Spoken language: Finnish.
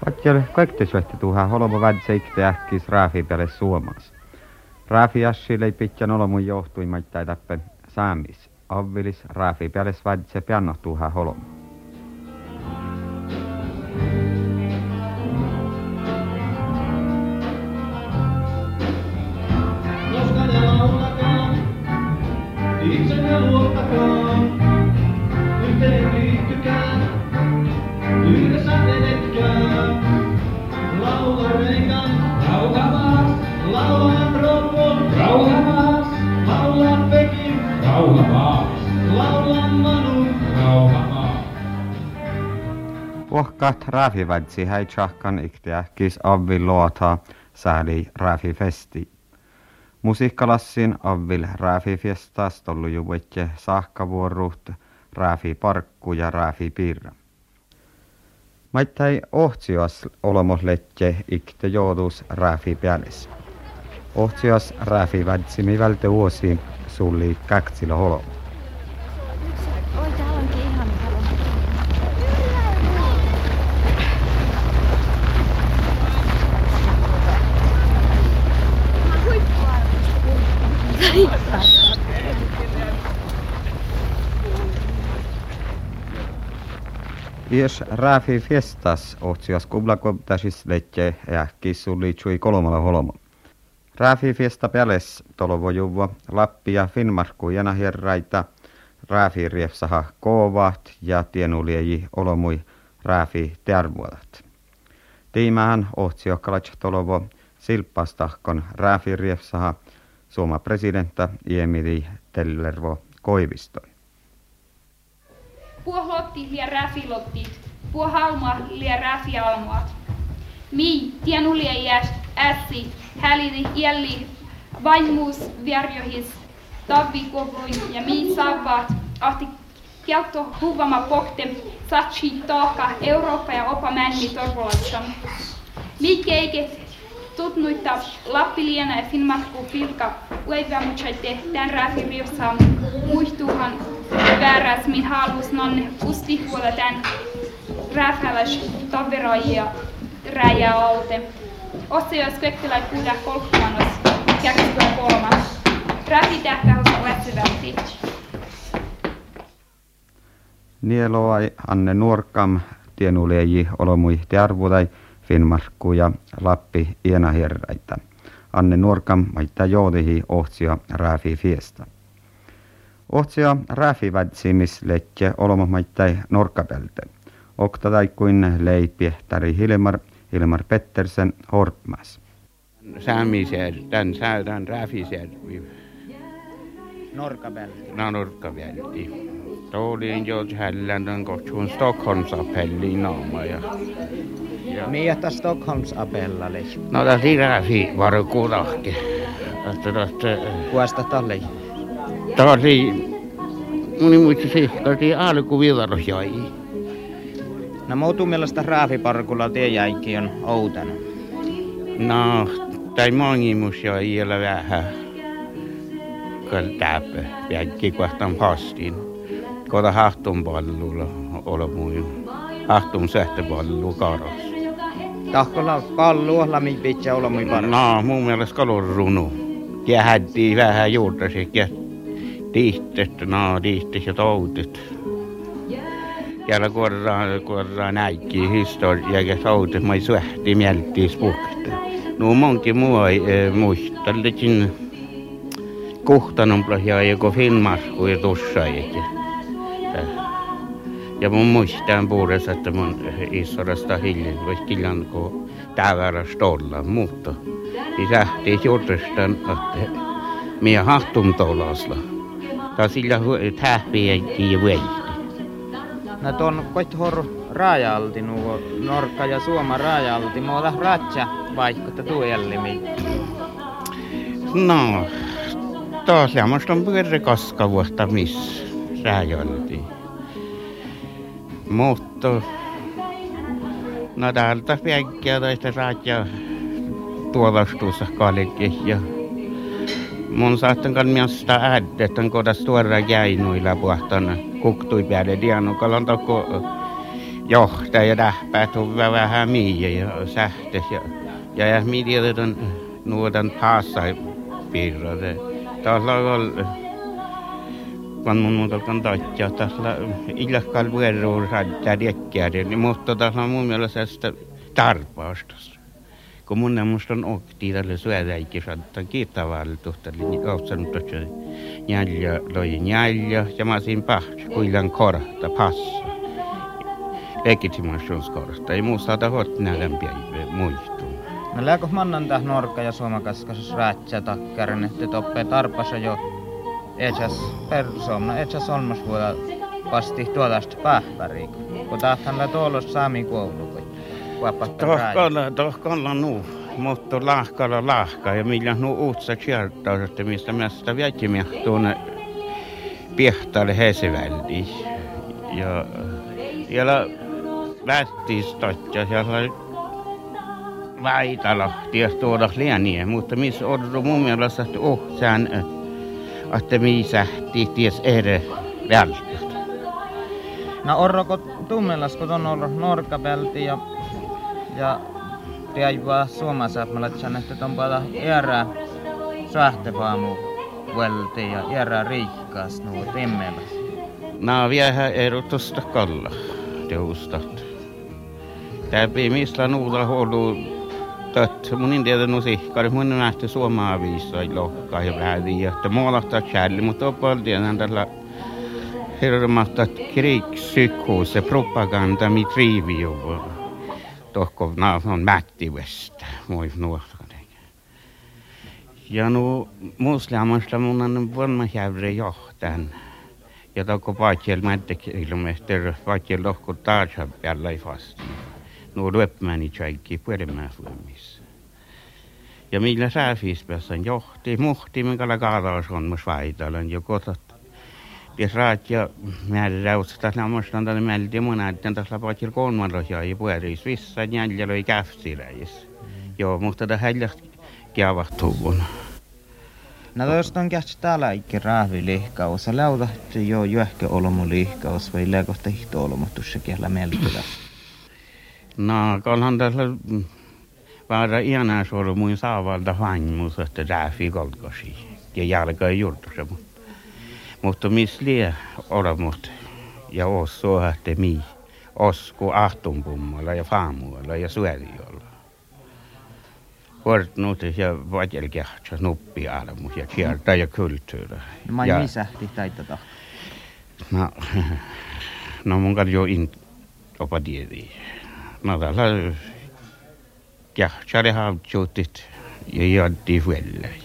Vatjal kaikki syötti tuohon holmo vädseikte ähkis raafi päälle suomas. Raafi assille ei pitkä olomun johtuimaita tappe saamis. Avvilis raafi päälle vädse pianno tuohon holmo. Itsenne luottakaa, yhteen liittykää, yhdessä edetkää. Laula Reikan, rauhavaas, laula Ropo, rauhavaas, laula Pekin, rauhavaas, laula Manu, rauhavaas. Pohkat raafivädsi häi tjahkan iktiähkis avvil luotaa sääli raafifesti. Musiikkalassin avvil raafifiestas tollu juvetje sahkavuoruht, raafiparkku ja raafipiirra. Maittai ohtsioas olomos letje ikte joudus raafipäälles. Ohtsioas raafivädsimi välte vuosi sulli käksillä holomo. Oi, täällä onkin ihan halo. Ies raafi fiestas ohtsioas kublakobtasis letje ähkis sulli chui kolmalla holomo. Raafi fiesta päälles tolovo juvo Lappi ja Finnmarkku jenahierraita, raafi riefsaha koovaat ja tienulieji olomui raafi tearvuodat. Tiimähän ohtsiokkalac tolovo silppastahkon raafi riefsaha Suoma presidentta Iemili Tellervo Koivistoi. Puohlotti lia rääfilottit, puohalma lia rääfialmoat. Mi tienulia ässi, hälini jälli vaimmuus värjohis, tavvikovuin ja mi saavat ahti kielto huvama pohte, satsi tohka Eurooppa ja opa männi torvolatsa. Mi keiket tutnuita Lappiliena ja Finnmarkku filka uivamutsaitte tän rääfiriossa muistuhan vääräs min halus nonne ustihuola tän rääfäläs taveraajia räjä aute. Ossa jos kökkelai kuuda kolkkuanos käksyä kolmas. Rääfi tähtähus lätsyvälti. Nieloai Anne Nuorkam tienulieji olomui tearvudai Finnmarkku ja Lappi ienahierraita. Anne Nuorkam maittaa joodihi ohtsia raafi fiesta. Ohtsia raafi vädsimis letje oloma maittai Norkkapelte. Oktatai kuin leipiehtari Hilmar Pettersen Horpmas. Saamisjärv, tän Raafisäärvi. Norkkapelte. No Norkkapelti. Tuolin jo hällän kohtuun Stockholmsappelliin naama ja... Miehtä Stockholmsappellalle. No tässä oli Raafi varokuudahke. Kuesta talle. Tämä oli... Mun muista se, tämä oli alkuvillaros jäi. No muutu mielestä Raafiparkulla tie jäikki on outana. No, tai mongimus jäi vielä vähän. Kyllä täpä, jäikki kohtaan pastiin. Kota hahtunpallulla olemuin. Hahtun sähtöpallu karas. Tahkolla pallua lami pitää olemuin paras. No, mun mielestä kalorunu. Ja hättiin vähän juurtaisi ja tihtest, no tihtest ja toutet. Ja kuorraa näikki historia ja toutet, mä suhti mieltiis puhta. No monkin muu ei muista, että kuhtanumpla ja joku Finnmarkku ja tuossa eikä. Ja mun muistan puolesta, että mun issorasta hiljen voisi kiljan kun tävärästä olla, mutta niin sähti juurtastaan, että minä hahtun toulasla. Tämä sillä tähpiä ja vuelti. No tuon koithor raajalti nuo Norkka ja Suoma raajalti, muuta ratsa vaikka tuo jällimi. No, taas semmoista on pyörä kaskavuosta missä raajalti. Mutta no täältä päikkiä tästä raatja tuovastuussa kallekin ja mun saattan kanmiasta äädettä, kodas tuoda jäinuilla puhtana kuktui päälle dianokalan toko johtaja tähpäät on vähän miiä ja sähtes ja mietietön nuotan passai piirrote. Tällä on kun mun tolkan tatja tällä illakal vuoroon saattaa riekkiä, mutta tällä on mun mielestä sitä tarpaastas. Kun mun musta on okti tälle syödäikin saattaa kiittävältä, niin kautsanut että njälja loi njälja ja mä siinä pahtsi kuilan korta passa. Legitimaationskorta, ei muusta saada hotnäkän päivä muistuu. No läkö mannantaa Norka ja Suomakaskasas räätsä takkarin, että toppee tarpasa jo etsas persona, etsas olmas vuoda vasti tuollaista pähväriä, kun tahtanla tuolloista saami koulu, kun vapahtaa rääjä. Tohkalla nuu, mutta lahka ja millä nuu uutsa kiertaus, että mistä mä sitä viäkimiä tuonne Pihtaalle Heseväldiin. Ja siellä lähtiistotja, siellä Vaitalahti tuoda lieniä, mutta missä on mun mielestä, että sään, että misähti ties eri välttämättä. No orroko tummelas, kun on ollut Norkapelti ja tiedä Suomasaapmalla, että on paljon erää sähtevaamu velti ja erää riikkaas nuo timmelas. No vielä erotusta kalla teustat. Täppi mistä nuuta ollut mun en tiedä no sihkari, mun on nähty Suomaa viisoi lokkaa ja vähädi ja että muolahtaa kärli, mutta on paljon tällä hirmasta krigspsykos ja propaganda mit rivio. Tohko on mättivestä, moi nuohtainen. Ja nu muslimasta mun on vuonnahjävre johtajan. Ja tohko paikkel mättekilometer, paikkel lohko taarsa päällä ei fast. Nu löpmäni tjäikki puolemään fuomissa. Ja millä sääfiispäässään johti, muhti, minkäla kaadaus on mun Vaitalan jo kotot. Pies raatja määrä räutsata lämmöstän tänne mälti mun näyttän tässä paikil kolmanrosia ja puolis vissa jäljellä oli käfsiläis. Joo, mutta tämä häljästä kiavahtuun. No tuosta on käsi täällä ikki rahvilihkaus. Läutahti jo johke olomu lihkaus vai läkohta hihto olomutussa kielä melkylä. No, kalhan tässä vaara iänä suoru muin saavalta vanhmuus, että rääfi kolkosi ja jalka ei juurtuisi. Mutta missä lie olemut ja os suohahti mii, osku ahtunpummalla ja faamuilla ja syödiolla. Kortnuutis ja vajelkähtsä nuppi armus ja kiertä ja kulttuura. No mä misähti taitata. No mun kanssa jo opa tiedii. No täällä kähtsä hautsuutit ja joddi välillä.